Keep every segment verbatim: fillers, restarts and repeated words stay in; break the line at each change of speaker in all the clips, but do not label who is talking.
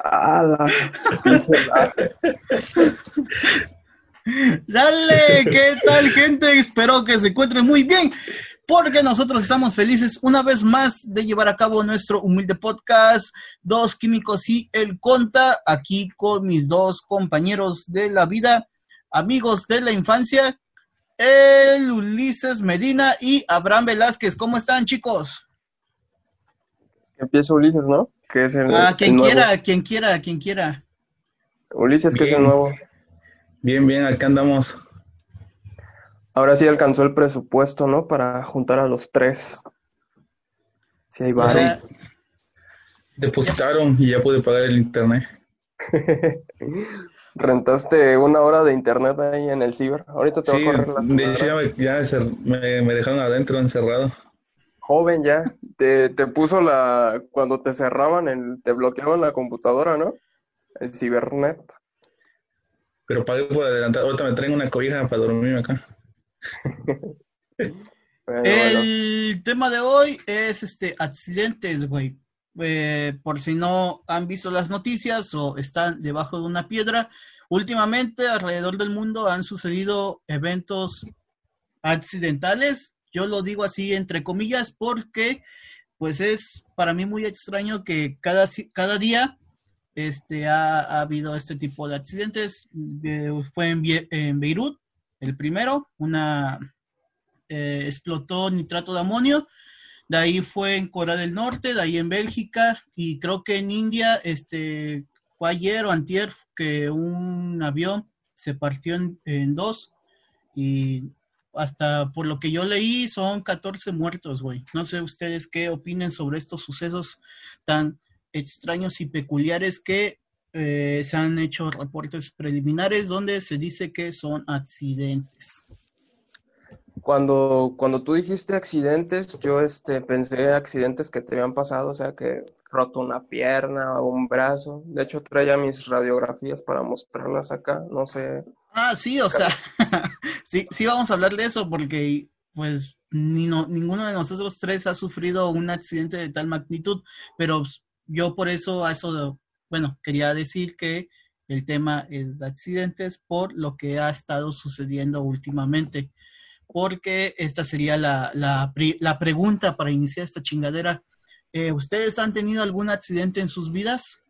Ah, la pinche la-
Dale, ¿qué tal, gente? Espero que se encuentren muy bien, porque nosotros estamos felices una vez más de llevar a cabo nuestro humilde podcast, Dos Químicos y el Conta, aquí con mis dos compañeros de la vida, amigos de la infancia, el Ulises Medina y Abraham Velázquez. ¿Cómo están, chicos?
Empieza Ulises, ¿no? Que es el,
Ah,
el
quien
nuevo.
quiera, quien quiera, quien quiera.
Ulises, que es el
Bien,
nuevo.
bien, bien, acá andamos.
Ahora sí alcanzó el presupuesto, ¿no? Para juntar a los tres. Sí, hay
Ya
varo.
Ya,
depositaron y ya pude pagar el internet.
Rentaste una hora de internet ahí en el ciber. Ahorita te va a
Sí,
correr la
de hecho ya,
señora.
me, ya cer- me- me dejaron adentro encerrado.
Joven ya. Te, te puso la... Cuando te cerraban, el, te bloqueaban la computadora, ¿no? El cibernet.
Pero pagué por adelantado. Ahorita me traen una cobija para dormirme acá.
Bueno, bueno.
el tema de hoy es este accidentes, güey. Eh, por si no han visto las noticias o están debajo de una piedra, últimamente alrededor del mundo han sucedido eventos accidentales. Yo lo digo así entre comillas porque pues es para mí muy extraño que cada, cada día este, ha, ha habido este tipo de accidentes. Eh, fue en, en Beirut el primero, una eh, explotó nitrato de amonio. De ahí fue en Corea del Norte, de ahí en Bélgica, y creo que en India, este, fue ayer o antier que un avión se partió en, en dos, y hasta por lo que yo leí son catorce muertos, güey. No sé ustedes qué opinen sobre estos sucesos tan extraños y peculiares que eh, se han hecho reportes preliminares donde se dice que son accidentes.
Cuando, cuando tú dijiste accidentes, yo este, pensé accidentes que te habían pasado, o sea, que roto una pierna o un brazo. De hecho, traía mis radiografías para mostrarlas acá, no sé.
Ah, sí, o sea, sí, sí vamos a hablar de eso porque pues ni no, ninguno de nosotros tres ha sufrido un accidente de tal magnitud, pero yo por eso a eso, de, bueno, quería decir que el tema es de accidentes por lo que ha estado sucediendo últimamente, porque esta sería la, la, la pregunta para iniciar esta chingadera. Eh, ¿Ustedes han tenido algún accidente en sus vidas?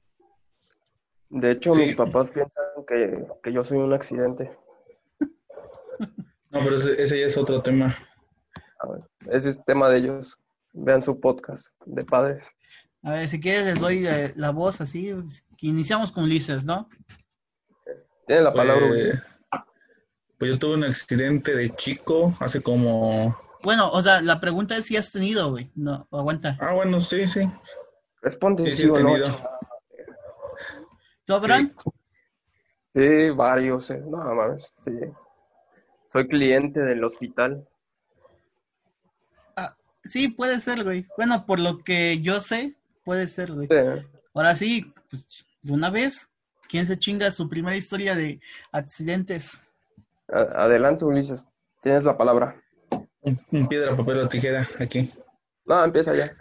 De hecho, mis
Sí,
papás piensan que, que yo soy un accidente.
no, pero ese, ese ya es otro tema.
A ver, ese es tema de ellos. Vean su podcast de padres.
A ver, si quieres les doy la, la voz así, que iniciamos con Ulises, ¿no?
Tiene la palabra
Pues,
Ulises.
pues yo tuve un accidente de chico hace como...
Bueno, o sea, la pregunta es si has tenido, güey. No, aguanta.
Ah, bueno, sí, sí.
Responde
Sí,
si
sí
sí
he
o no.
tenido.
chingada.
¿Tú,
Sí.
Abraham?
Sí, varios. eh. No, mames, sí. Soy cliente del hospital.
Ah, sí, puede ser, güey. Bueno, por lo que yo sé, puede ser, güey.
Sí.
Ahora sí, pues, de una vez, ¿quién se chinga su primera historia de accidentes?
A- adelante, Ulises. Tienes la palabra.
Un, un piedra, papel o tijera aquí.
No, empieza ya.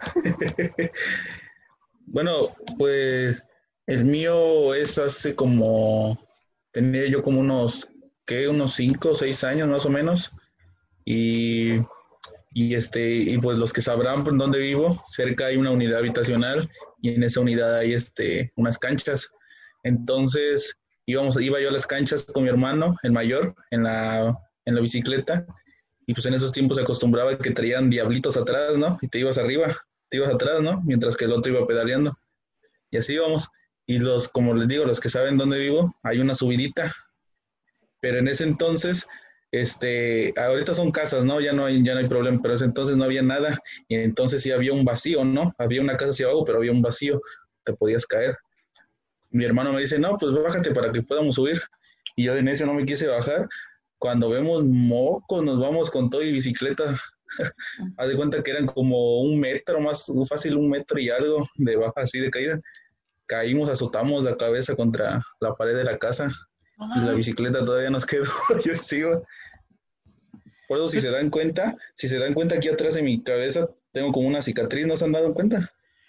Bueno, pues el mío es hace como, tenía yo como unos, ¿qué? Unos cinco o seis años más o menos. Y, y este, y pues los que sabrán por dónde vivo, cerca hay una unidad habitacional y en esa unidad hay este, unas canchas. Entonces íbamos, iba yo a las canchas con mi hermano, el mayor, en la, en la bicicleta. Y pues en esos tiempos se acostumbraba que traían diablitos atrás, ¿no? Y te ibas arriba, te ibas atrás, ¿no? Mientras que el otro iba pedaleando. Y así íbamos. Y los, como les digo, los que saben dónde vivo, hay una subidita. Pero en ese entonces, este, ahorita son casas, ¿no? Ya no hay, ya no hay problema, pero en ese entonces no había nada. Y entonces sí había un vacío, ¿no? Había una casa hacia abajo, pero había un vacío. Te podías caer. Mi hermano me dice, no, pues bájate para que podamos subir. Y yo de necio no me quise bajar. Cuando vemos mocos, nos vamos con todo y bicicleta. Haz de cuenta que eran como un metro, más fácil un metro y algo de baja, así de caída. Caímos, azotamos la cabeza contra la pared de la casa y la bicicleta todavía nos quedó. Yo sigo. Por eso, si se dan cuenta, si se dan cuenta aquí atrás de mi cabeza, tengo como una cicatriz, ¿no se han dado cuenta?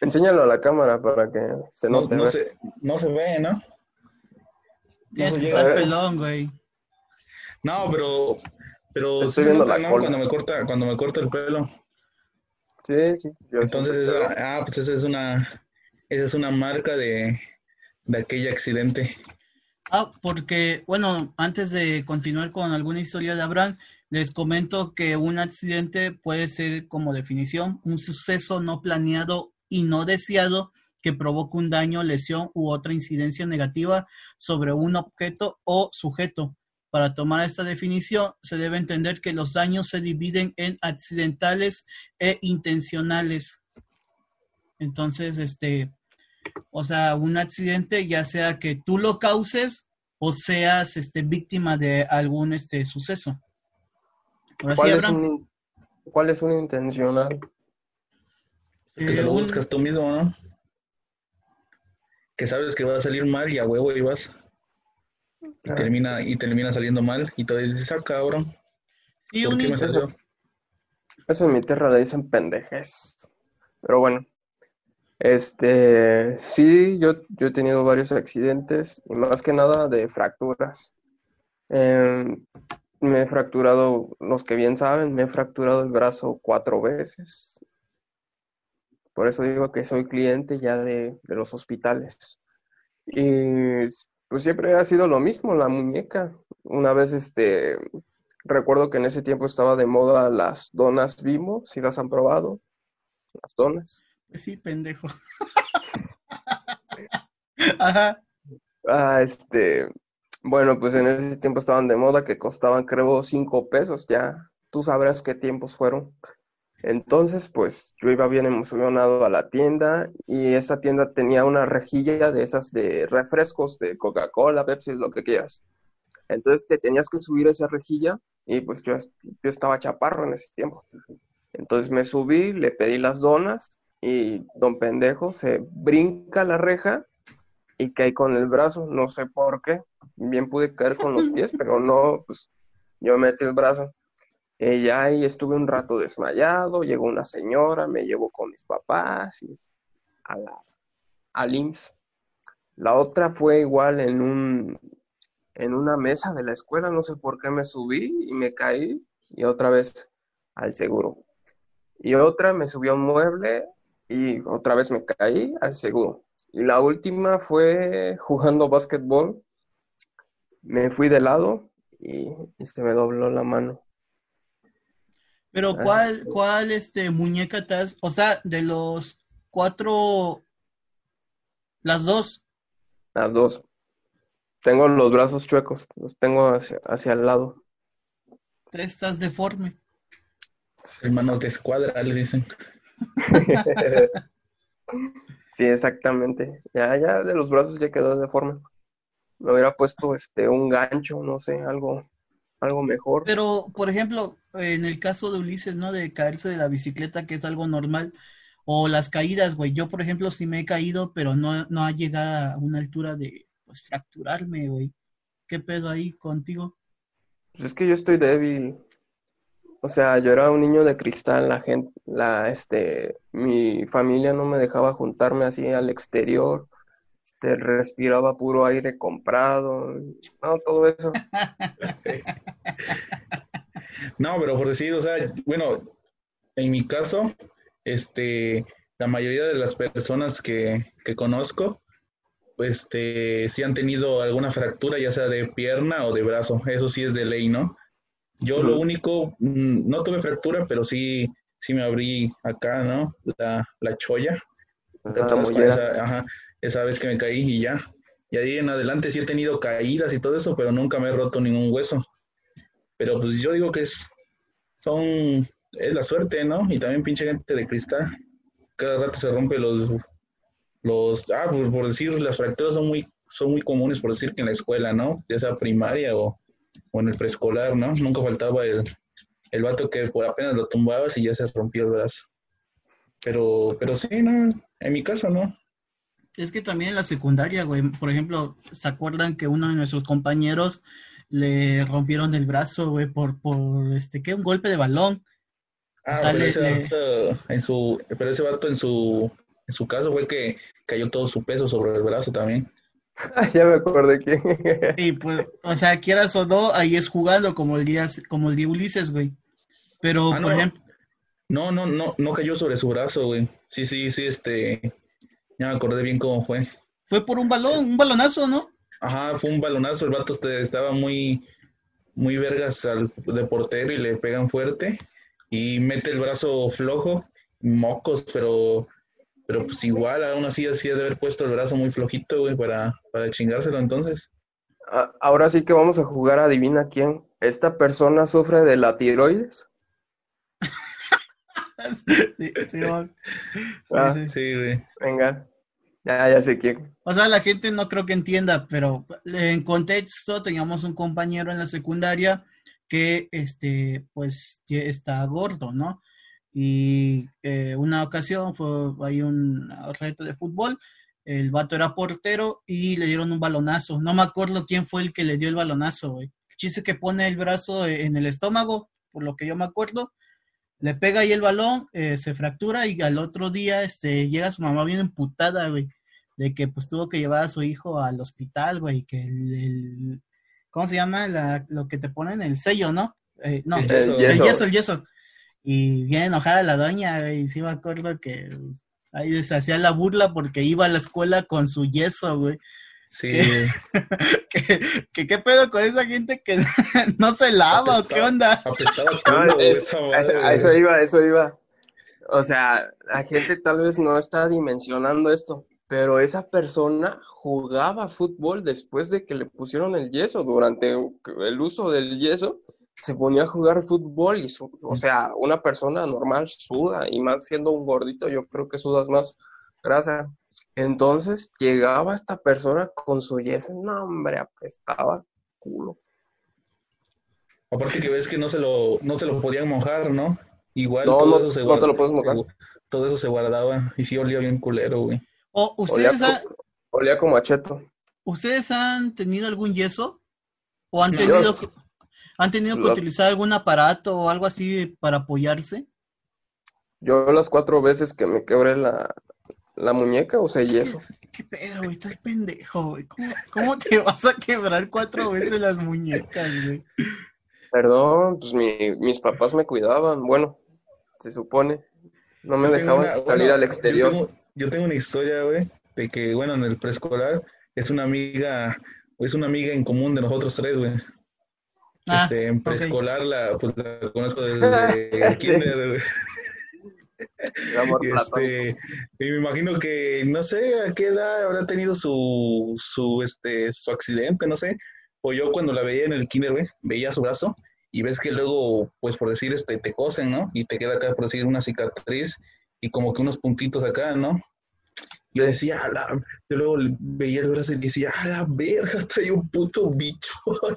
Enséñalo a la cámara para que se
No,
note.
no
¿Ve?
se, no se ve, ¿no? No
Tienes
se
que
llega a
estar
ver.
pelón, güey.
No, pero, pero sí
Estoy
se
viendo
nota,
la
¿no?
cola.
Cuando me corta, cuando me corta el pelo.
Sí, sí, yo siempre
Entonces
pelo.
esa, ah, pues esa es una, esa es una marca de, de aquel accidente.
Ah, porque, bueno, antes de continuar con alguna historia de Abraham, les comento que un accidente puede ser, como definición, un suceso no planeado y no deseado que provoca un daño, lesión u otra incidencia negativa sobre un objeto o sujeto. Para tomar esta definición, se debe entender que los daños se dividen en accidentales e intencionales. Entonces, este, o sea, un accidente, ya sea que tú lo causes o seas este, víctima de algún este, suceso. Ahora sí,
¿Cuál es
Abraham.
un, cuál es un intencional?
Es que te
Eh,
lo
un,
buscas tú mismo, ¿no? Que sabes que va a salir mal y a huevo y vas y
Ah,
termina y termina saliendo mal y todavía dices, ah, cabrón,
sí,
¿por
un,
qué me
eso,
salió?
eso en mi tierra le dicen pendejes. Pero bueno, este, sí, yo, yo he tenido varios accidentes y más que nada de fracturas. Eh, me he fracturado, los que bien saben, me he fracturado el brazo cuatro veces. Por eso digo que soy cliente ya de, de los hospitales. Y pues siempre ha sido lo mismo, la muñeca. Una vez, este, recuerdo que en ese tiempo estaba de moda las donas Bimbo, si las han probado, las donas.
pues sí, pendejo. Ajá.
Ah, este, bueno, pues en ese tiempo estaban de moda que costaban, creo, cinco pesos, ya tú sabrás qué tiempos fueron. Entonces, pues yo iba bien emocionado a la tienda y esa tienda tenía una rejilla de esas de refrescos, de Coca-Cola, Pepsi, lo que quieras. Entonces te tenías que subir esa rejilla y pues yo, yo estaba chaparro en ese tiempo. Entonces me subí, le pedí las donas y don pendejo se brinca la reja y caí con el brazo, no sé por qué. Bien pude caer con los pies, pero no, pues yo metí el brazo. Y ya ahí estuve un rato desmayado, llegó una señora, me llevó con mis papás y a la, al I M S S. La otra fue igual en un, en una mesa de la escuela, no sé por qué me subí y me caí y otra vez al seguro. Y otra me subió a un mueble y otra vez me caí al seguro. Y la última fue jugando básquetbol, me fui de lado y, y se me dobló la mano.
Pero
Ah,
¿cuál, cuál este, muñeca te has, o sea, de los cuatro, las dos,
las dos. Tengo los brazos chuecos, los tengo hacia, hacia el lado.
tres estás deforme?
Hermanos de escuadra, le dicen.
Sí, exactamente. Ya, ya de los brazos ya quedó deforme. Me hubiera puesto este un gancho, no sé, algo, algo mejor.
Pero, por ejemplo, en el caso de Ulises, ¿no? De caerse de la bicicleta, que es algo normal, o las caídas, güey. Yo, por ejemplo, sí me he caído, pero no, no ha llegado a una altura de, pues, fracturarme, güey. ¿Qué pedo ahí contigo?
Pues es que yo estoy débil. O sea, yo era un niño de cristal, la gente, la, este, mi familia no me dejaba juntarme así al exterior. Este, respiraba puro aire comprado, no, todo eso.
No, pero por decir, o sea, bueno, en mi caso, este, la mayoría de las personas que, que conozco, este, sí han tenido alguna fractura, ya sea de pierna o de brazo, eso sí es de ley, ¿no? Yo lo
Ujú.
único, mm, no tuve fractura, pero sí, sí me abrí acá, ¿no? La, la cholla, acá
Ajá, la
atrás con
mollera.
esa, ajá, esa vez que me caí y ya. Y ahí en adelante sí he tenido caídas y todo eso, pero nunca me he roto ningún hueso. Pero pues yo digo que es, son, es la suerte, ¿no? Y también pinche gente de cristal. Cada rato se rompe los, los, ah, pues por decir, las fracturas son muy, son muy comunes, por decir que en la escuela, ¿no? Ya sea primaria o, o en el preescolar, ¿no? Nunca faltaba el, el vato que por apenas lo tumbabas y ya se rompió el brazo. Pero, pero sí, no, en mi caso no.
Es que también en la secundaria, güey, por ejemplo, ¿se acuerdan que uno de nuestros compañeros le rompieron el brazo, güey, por, por, este, ¿qué? Un golpe de balón. O
Ah,
sea,
pero
le,
ese
le,
vato en su, pero ese vato en su, En su caso fue que cayó todo su peso sobre el brazo también.
Ya me acordé quién.
Y pues, o sea, quieras o no, ahí es jugando, como diría, como diría Ulises, güey. Pero,
Ah,
por
no,
ejemplo,
no, no, no, no cayó sobre su brazo, güey. Sí, sí, sí, este, ya me acordé bien cómo fue.
fue por un balón, un balonazo, ¿no?
Ajá, fue un balonazo, el vato este, estaba muy, muy vergas al de portero y le pegan fuerte y mete el brazo flojo, mocos, pero, pero pues igual, aún así, así de haber puesto el brazo muy flojito, güey, para, para chingárselo entonces.
Ah, ahora sí que vamos a jugar a adivina quién. ¿Esta persona sufre de la tiroides?
Sí, sí, va. Sí,
Ah,
sí.
Sí, güey.
venga. Ya, ya sé quién.
O sea, la gente no creo que entienda, pero en contexto teníamos un compañero en la secundaria que, este, pues, que está gordo, ¿no? Y eh, una ocasión fue ahí un reto de fútbol, el vato era portero y le dieron un balonazo. No me acuerdo quién fue el que le dio el balonazo, güey. Chiste que pone el brazo en el estómago, por lo que yo me acuerdo, le pega ahí el balón, eh, se fractura y al otro día este, llega su mamá bien emputada, güey, de que pues tuvo que llevar a su hijo al hospital, güey, que el, el ¿cómo se llama? La, lo que te ponen, el sello, ¿no? Eh, no,
El
El
yeso.
el
yeso.
yeso, el yeso. Y bien enojada la doña, güey, y sí me acuerdo que pues, ahí se hacía la burla porque iba a la escuela con su yeso, güey.
Sí,
¿Qué?
güey.
¿Qué, qué, qué pedo con esa gente que no se lava o qué onda?
Apestaba
No,
culo,
es-
esa
a eso,
madre,
a eso
güey.
iba, a eso iba. O sea, la gente tal vez no está dimensionando esto, pero esa persona jugaba fútbol después de que le pusieron el yeso. Durante el uso del yeso, se ponía a jugar fútbol y, su- o sea, una persona normal suda, y más siendo un gordito, yo creo que sudas más grasa. Entonces llegaba esta persona con su yeso, no, hombre, apestaba culo.
Aparte que ves que no se lo, no se lo podían mojar, ¿no? Igual
No,
todo
no,
eso se
no te
guarda,
lo puedes mojar.
todo eso se guardaba y sí olía bien culero, güey.
¿O
Olía,
ustedes,
co-
ha-
olía como a cheto.
ustedes han tenido algún yeso? ¿O han
No,
Yo,
tenido, han tenido que
los
utilizar algún aparato o algo así para apoyarse?
Yo las cuatro veces que me quebré la, la muñeca usé
Es que,
yeso.
qué pedo, güey, estás pendejo, güey. ¿Cómo, cómo te vas a quebrar cuatro veces las muñecas, güey?
Perdón, pues mi- mis papás me cuidaban. Bueno, se supone. No me
yo tengo
dejaban
una,
salir
bueno,
al
yo
exterior.
tengo, yo tengo una historia, güey, de que, bueno, en el preescolar es una amiga, es una amiga en común de nosotros tres, güey.
Ah,
Este, en
ok.
preescolar la, pues, la conozco desde el
Sí,
kinder, güey.
el amor
Y
platónico.
este, y me imagino que, no sé, a qué edad habrá tenido su, su, este, su accidente, no sé. O yo cuando la veía en el kinder, güey, veía su brazo y ves que luego, pues por decir, este, te cosen, ¿no? Y te queda acá, por decir, una cicatriz y como que unos puntitos acá, ¿no? Yo
Sí.
decía, a la... yo luego veía el brazo y decía, a la verga, trae un puto bicho.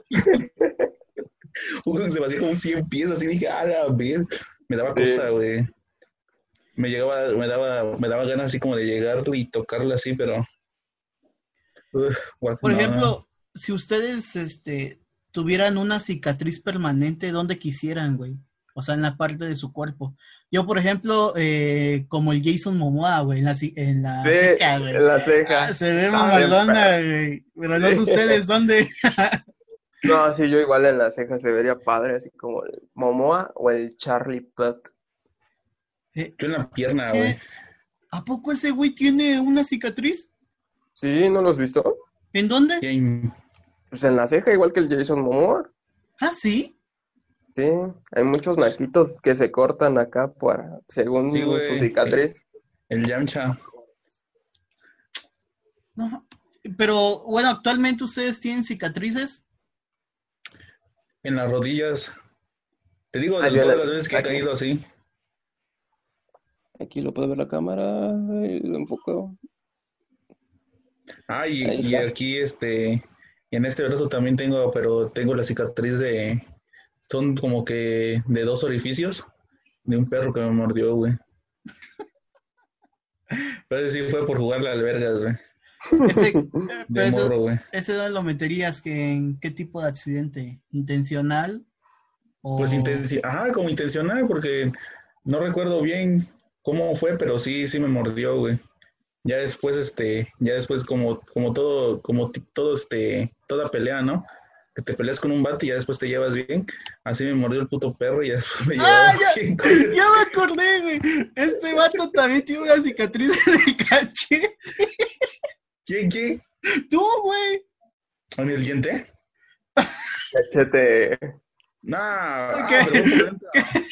Se me hacía como cien pies, así dije, a la verga. Me daba
Sí.
cosa, güey. Me llegaba, me daba, me daba ganas así como de llegar y tocarla así, pero uf, guau,
Por
no,
ejemplo, si ustedes este, tuvieran una cicatriz permanente, ¿dónde quisieran, güey? O sea, en la parte de su cuerpo. Yo, por ejemplo, eh, como el Jason Momoa, güey, en la, ci- en la
Sí,
ceja, güey.
en la
Ah,
ceja.
se ve
Está bien,
mamalona,
perro.
güey. Pero no sé
Sí.
ustedes dónde.
No, sí, yo igual en la ceja se vería padre, así como el Momoa o el Charlie Puth.
Eh,
yo en la pierna, güey.
¿qué? ¿A poco ese güey tiene una cicatriz?
Sí, ¿no lo has visto?
¿En dónde?
Y ahí-
Pues en la ceja, igual que el Jason Momoa.
Ah, sí.
Sí, hay muchos naquitos que se cortan acá para,
sí,
según su
güey, el,
cicatriz.
el Yamcha.
No. Pero bueno, actualmente ustedes tienen cicatrices.
En las rodillas. Te digo,
Ah,
de
yo en
todas
el-
las veces que he
aquí,
caído así.
aquí lo puede ver la cámara, ahí lo enfoco.
Ah, y,
Ahí
y
está.
aquí, este, y en este brazo también tengo, pero tengo la cicatriz de, son como que de dos orificios de un perro que me mordió, güey. Pero ese sí fue por jugar las albergas, güey.
Ese, eh,
De
pero ese,
morro, güey.
ese ¿dónde lo meterías? ¿Que ¿En qué tipo de accidente? ¿Intencional?
Pues
O
intenci- ajá, como intencional, porque no recuerdo bien cómo fue, pero sí, sí me mordió, güey. Ya después, este, ya después como, como todo, como ti- todo, este, toda pelea, ¿no? Que te peleas con un vato y ya después te llevas bien. Así me mordió el puto perro y ya después me
Ah,
llevaba
ya,
bien con él.
ya me acordé, güey. Este vato también tiene una cicatriz en el cachete.
¿Quién, quién?
Tú, güey.
¿En el diente?
Cachete.
Nah, ah,
¿Qué?
pero fue por dentro.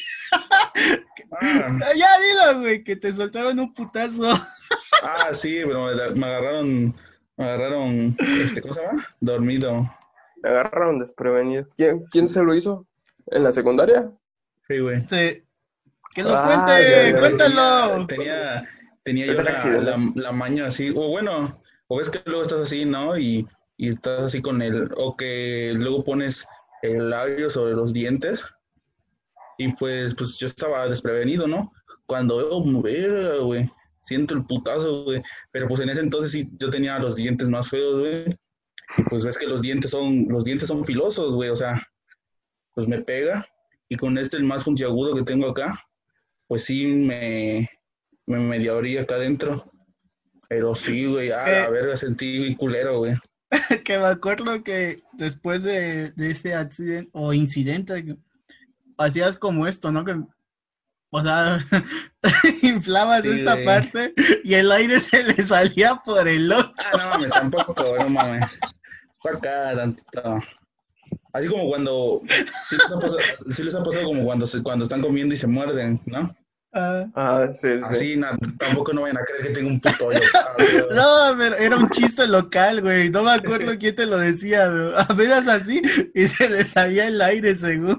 Ah,
Ya dilo, güey, que te soltaron un putazo.
ah, sí, pero me, me agarraron, me agarraron, este, ¿cómo se llama? Dormido.
Me agarraron desprevenido. ¿Quién, quién se lo hizo? ¿En la secundaria?
Sí, güey.
Sí. Que lo
Ah, ya,
cuente,
ya.
cuéntalo.
Tenía, tenía
Es
yo
el
la,
accidente.
la, la maña así, o bueno, o ves que luego estás así, ¿no? Y, y estás así con el, o que luego pones el labio sobre los dientes, y pues, pues yo estaba desprevenido, ¿no? Cuando veo mover, güey, siento el putazo, güey, pero pues en ese entonces sí, yo tenía los dientes más feos, güey, y pues ves que los dientes son, los dientes son filosos, güey, o sea, pues me pega, y con este el más puntiagudo que tengo acá, pues sí me, me medio abrí acá adentro. Pero sí, güey, a la
Que,
verga sentí bien culero, güey.
que me acuerdo que después de, de ese accidente o incidente, que hacías como esto, ¿no? Que, o sea, inflabas
Sí,
esta
güey.
parte y el aire se le salía por el ojo.
Ah, no mames, tampoco, no mames. Fue acá tantito. Así como cuando, sí les ha pasado, sí les ha pasado como cuando, se, cuando están comiendo y se muerden, ¿no?
Ah,
Ah, sí, sí.
Así, na- tampoco no vayan a creer que tengo un puto hoyo acá, güey.
no, pero era un chiste local, güey. No me acuerdo quién te lo decía, güey. Apenas así y se le salía el aire, según.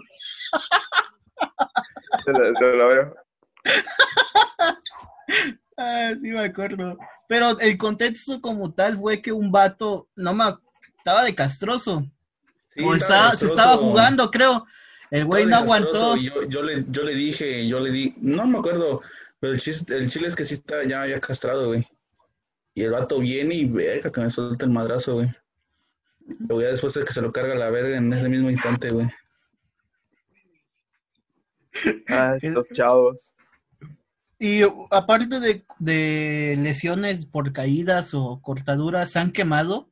Se lo, se lo veo.
Ah, sí me acuerdo. Pero el contexto como tal fue que un vato, no me, ac- estaba de castroso.
Sí,
O
estaba
estaba, se estaba
desastroso.
jugando, creo. El
Estaba
güey no
desastroso
aguantó.
y yo, yo, le, yo le dije, yo le di, no me acuerdo, pero el, chiste, el chile es que sí está ya, ya castrado, güey. Y el vato viene y verga que me suelta el madrazo, güey. Luego ya después de que se lo carga la verga en ese mismo instante, güey.
Ah, estos chavos.
Y aparte de, de lesiones por caídas o cortaduras, ¿se han quemado?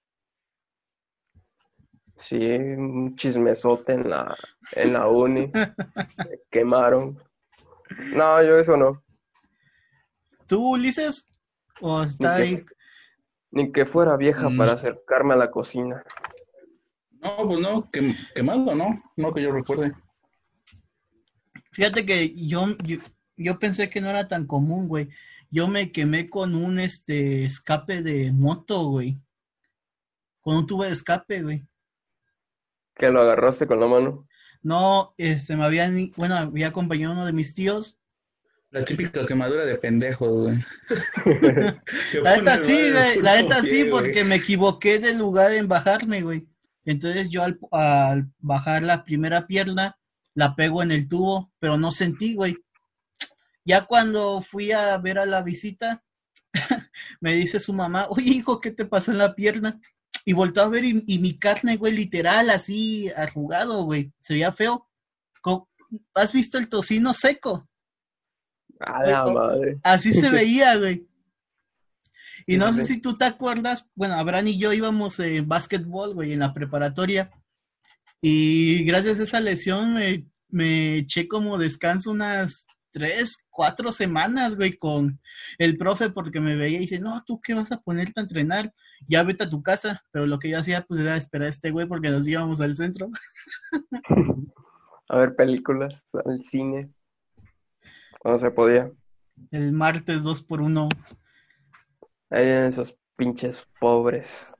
Sí, un chismesote en la, en la uni. Me quemaron. No, yo eso no.
¿Tú, Ulises? ¿O
Ni
está ahí?
que, ni que fuera vieja
Mm,
para acercarme a la cocina.
no, pues no, que, quemado, ¿no? No que yo recuerde.
Fíjate que yo, yo, yo pensé que no era tan común, güey. Yo me quemé con un este escape de moto, güey. Con un tubo de escape, güey.
Que lo agarraste con la mano.
No, este, me habían, bueno, había acompañado uno de mis tíos.
La típica quemadura de pendejos, güey. Que
La
pone
neta
el
sí,
madre
güey.
el
La
puro
neta sí,
pie, güey.
porque me equivoqué del lugar en bajarme, güey. Entonces yo al, al bajar la primera pierna, la pego en el tubo, pero no sentí, güey. Ya cuando fui a ver a la visita, me dice su mamá, oye, hijo, ¿qué te pasó en la pierna? Y volteó a ver y, y mi carne, güey, literal, así arrugado, güey. Se veía feo. Co- ¿Has visto el tocino seco?
A
Güey,
la
o-
madre.
así se veía, güey. Y
Sí,
no
sí,
sé
sí.
si tú te acuerdas, bueno, Abraham y yo íbamos en básquetbol, güey, en la preparatoria. Y gracias a esa lesión me, me eché como descanso unas tres, cuatro semanas, güey, con el profe porque me veía y dice, no, ¿tú qué vas a ponerte a entrenar? Ya vete a tu casa. Pero lo que yo hacía, pues, era esperar a este güey porque nos íbamos al centro.
A ver películas, al cine, cuando se podía.
El martes dos por uno.
Ahí en esos pinches pobres.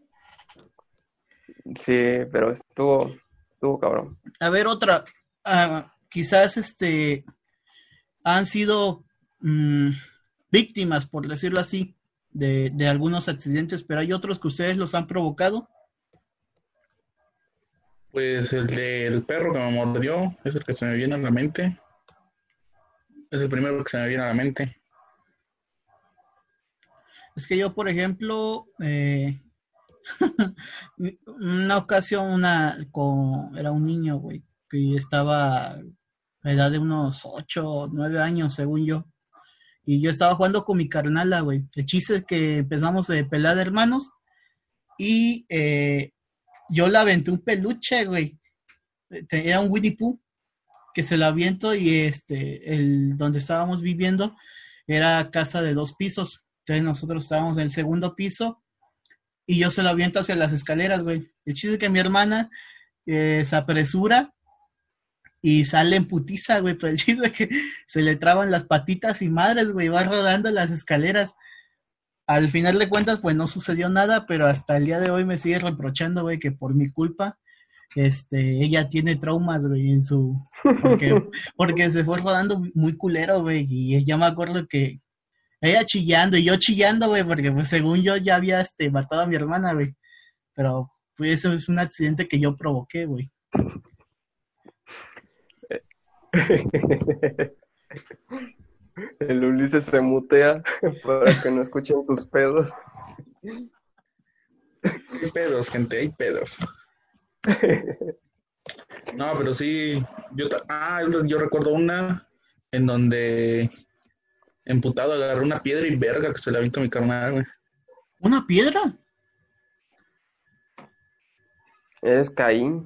Sí, pero estuvo, estuvo cabrón.
A ver, otra. Ah, quizás, este, han sido mm, víctimas, por decirlo así, de, de algunos accidentes, pero hay otros que ustedes los han provocado.
Pues el del perro que me mordió es el que se me viene a la mente. Es el primero que se me viene a la mente.
Es que yo, por ejemplo, eh, una ocasión, una, con, era un niño, güey, que estaba a la edad de unos ocho o nueve años, según yo. y yo estaba jugando con mi carnala, güey. El chiste es que empezamos de pelea de hermanos y eh, yo le aventé un peluche, güey. Era un Winnie Pooh que se lo aviento y este, el donde estábamos viviendo era casa de dos pisos. Entonces nosotros estábamos en el segundo piso y yo se lo aviento hacia las escaleras, güey. El chiste es que mi hermana eh, se apresura y sale en putiza, güey, pero el chiste es que se le traban las patitas y madres, güey, va rodando las escaleras. Al final de cuentas, pues no sucedió nada, pero hasta el día de hoy me sigue reprochando, güey, que por mi culpa, este, ella tiene traumas, güey, en su, porque, porque se fue rodando muy culero, güey, y ya me acuerdo que ella chillando y yo chillando, güey, porque pues según yo ya había, este, matado a mi hermana, güey, pero pues eso es un accidente que yo provoqué, güey.
El Ulises se mutea para que no escuchen tus pedos.
Hay pedos, gente, hay pedos. No, pero sí, yo, ah, yo recuerdo una en donde emputado agarré una piedra y verga que se la aventó a mi carnal, güey.
¿Una piedra?
Eres Caín.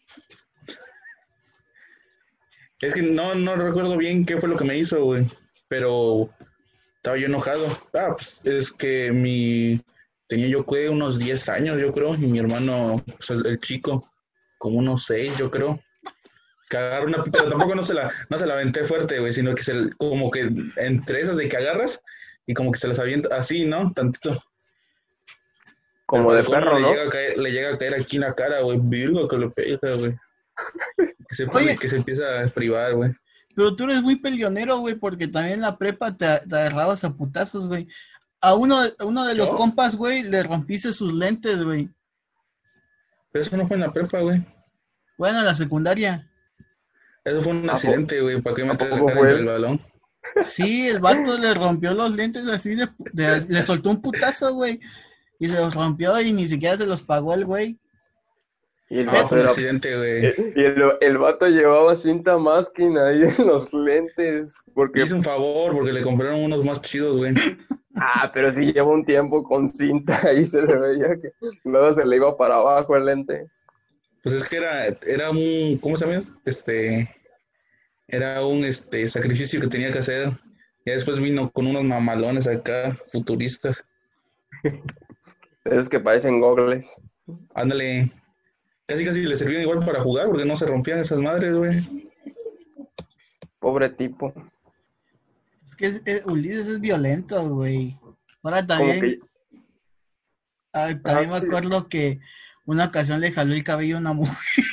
Es que no, no recuerdo bien qué fue lo que me hizo, güey, pero estaba yo enojado. Ah, pues es que mi... Tenía yo que unos diez años, yo creo, y mi hermano, pues, el, el chico, como unos seis, yo creo. Que agarra una, pero tampoco no se la, no se la aventé fuerte, güey, sino que se, como que entre esas de que agarras y como que se las avienta así, ¿no? Tantito.
Como de perro,
le
¿no?
Llega a caer, le llega a caer aquí en la cara, güey, virgo que lo pega, güey. Que se,
Oye,
que se empieza a privar, güey.
pero tú eres muy peleonero, güey, porque también en la prepa te, te agarrabas a putazos, güey. A uno, a uno de los
¿Yo?
compas, güey, le rompiste sus lentes, güey.
Pero eso no fue en la prepa, güey.
Bueno, en la secundaria.
Eso fue un
¿A
accidente, güey. ¿Para qué meter la
poco
cara
fue?
entre el balón?
Sí, el vato le rompió los lentes así, de, de- le soltó un putazo, güey. Y se los rompió y ni siquiera se los pagó el güey.
Y el
Ah,
vato
fue un
era...
accidente, güey.
Y el, el vato llevaba cinta masking ahí en los lentes.
Le
Porque...
hice un favor porque le compraron unos más chidos, güey.
Ah, pero sí lleva un tiempo con cinta. Ahí se le veía que luego se le iba para abajo el lente.
Pues es que era, era un, ¿cómo se llama? Este, era un este sacrificio que tenía que hacer. Ya después vino con unos mamalones acá, futuristas.
Es que parecen gogles.
Ándale, casi casi le servían igual para jugar porque no se rompían esas madres, güey.
Pobre tipo.
Es que es- es- Ulises es violento, güey. Ahora
Como
también,
que...
ah, también
Ah,
me
sí.
acuerdo que una ocasión le jaló el cabello a una mujer.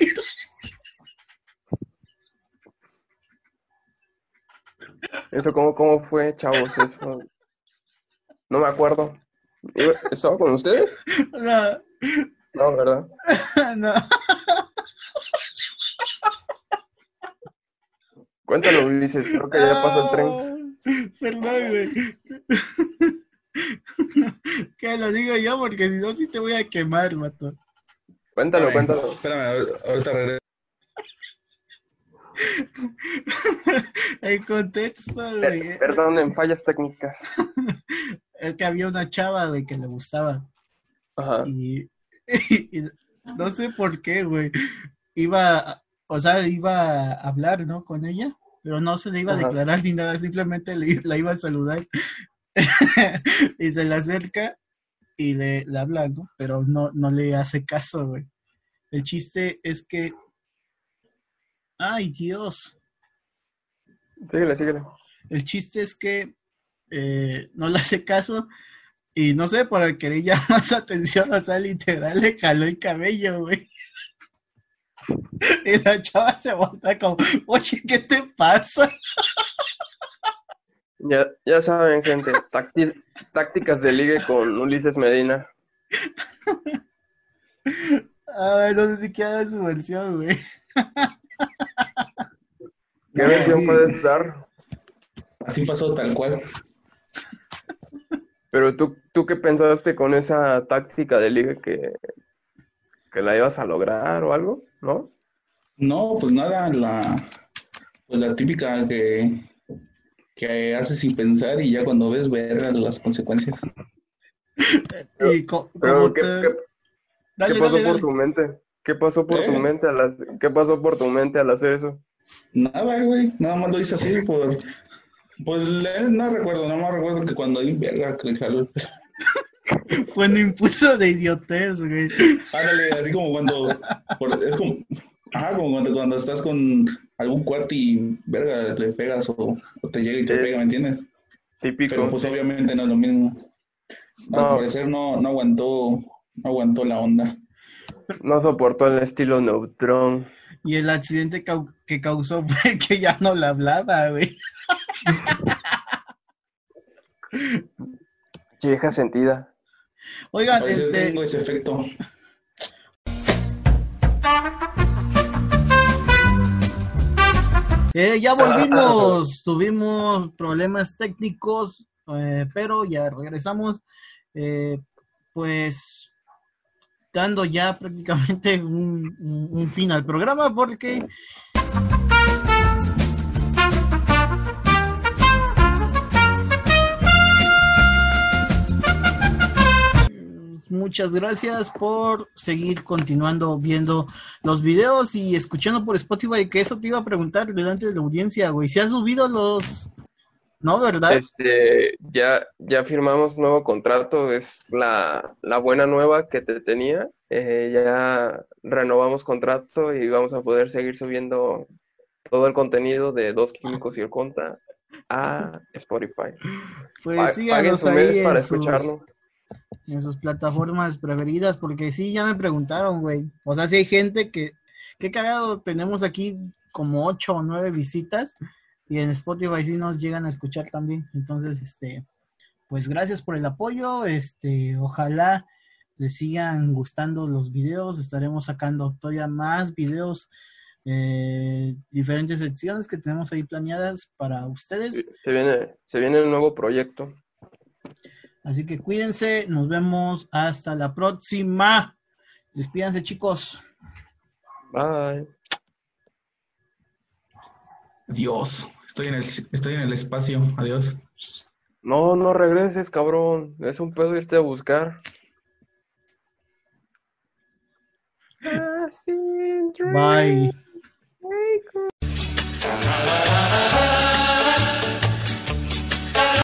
Eso, ¿cómo, cómo fue, chavos? Eso... No me acuerdo. Iba- ¿Estaba con ustedes?
No,
No, ¿verdad?
no.
Cuéntalo, Ulises. Creo que ya pasó el tren.
Ah, perdón, güey. Que lo digo yo porque si no, sí te voy a quemar, mato.
Cuéntalo,
Espérame,
cuéntalo.
espérame, ahor- ahorita regreso.
El contexto, güey.
Perdonen, fallas técnicas.
Es que había una chava, güey, que le gustaba.
Ajá.
Y, y no sé por qué, güey. Iba, o sea, iba a hablar, ¿no? Con ella, pero no se le iba a
Ajá.
declarar ni nada, simplemente le, la iba a saludar. Y se le acerca y le, le habla, ¿no? Pero no, no le hace caso, güey. El chiste es que... ¡Ay, Dios!
Síguele, síguele.
El chiste es que eh, no le hace caso y no sé, por querer llamar más atención, o sea, literal le jaló el cabello, güey. Y la chava se voltea como, oye, ¿qué te pasa?
Ya, ya saben, gente. Tácti- tácticas de ligue con Ulises Medina.
Ay, no sé si quiera dar su versión, güey.
¿Qué
No,
versión
sí.
puedes dar?
Así pasó tal cual.
Pero tú, ¿tú qué pensaste con esa táctica de ligue que, que la ibas a lograr o algo? ¿No?
No, pues nada, la, pues la típica que, que haces sin pensar y ya cuando ves ver las consecuencias.
Y co-
Pero,
como
¿qué,
te-
qué-
Dale,
qué pasó
dale,
por
dale.
tu mente? ¿Qué pasó por tu
¿Eh?
mente al hacer, ¿qué pasó por tu mente al hacer eso?
Nada, güey, nada más lo hice así por... Pues le- no recuerdo, nada más recuerdo que cuando di verga, que jaló.
Fue un impulso de idiotez, güey.
Ándale, así como cuando... por- es como... Ajá, como cuando, cuando estás con algún cuarto y verga, le pegas o, o te llega y te
Sí.
pega, ¿me entiendes?
Típico.
Pero pues obviamente no es lo mismo. Al
No,
parecer
pues,
no, no aguantó, no aguantó la onda.
no soportó el estilo Neutron.
Y el accidente cau- que causó fue que ya no le hablaba, güey.
Vieja sentida.
Oigan,
A veces
este,
tengo ese efecto.
eh, ya volvimos, tuvimos problemas técnicos, eh, pero ya regresamos, eh, pues dando ya prácticamente un, un- un fin al programa porque muchas gracias por seguir continuando viendo los videos y escuchando por Spotify, que eso te iba a preguntar delante de la audiencia, güey. ¿Si has subido los...? ¿No, verdad?
Este, ya, ya firmamos nuevo contrato, es la, la buena nueva que te tenía. Eh, ya renovamos contrato y vamos a poder seguir subiendo todo el contenido de Dos Químicos y el Conta a Spotify.
Pues
Pa- paguen
síganos
su
ahí
mes
en
para
sus,
escucharnos.
en sus plataformas preferidas, porque sí, ya me preguntaron, güey. O sea, si hay gente que... Qué cagado, tenemos aquí como ocho o nueve visitas y en Spotify sí nos llegan a escuchar también. Entonces, este, pues gracias por el apoyo. Este, ojalá les sigan gustando los videos. Estaremos sacando todavía más videos, eh, diferentes secciones que tenemos ahí planeadas para ustedes.
Se viene, se viene el nuevo proyecto.
Así que cuídense, nos vemos hasta la próxima. Despídanse, chicos.
Bye.
Dios, estoy en el, estoy en el espacio. Adiós.
No, no regreses, cabrón. Es un pedo irte a buscar.
Bye.
Bye.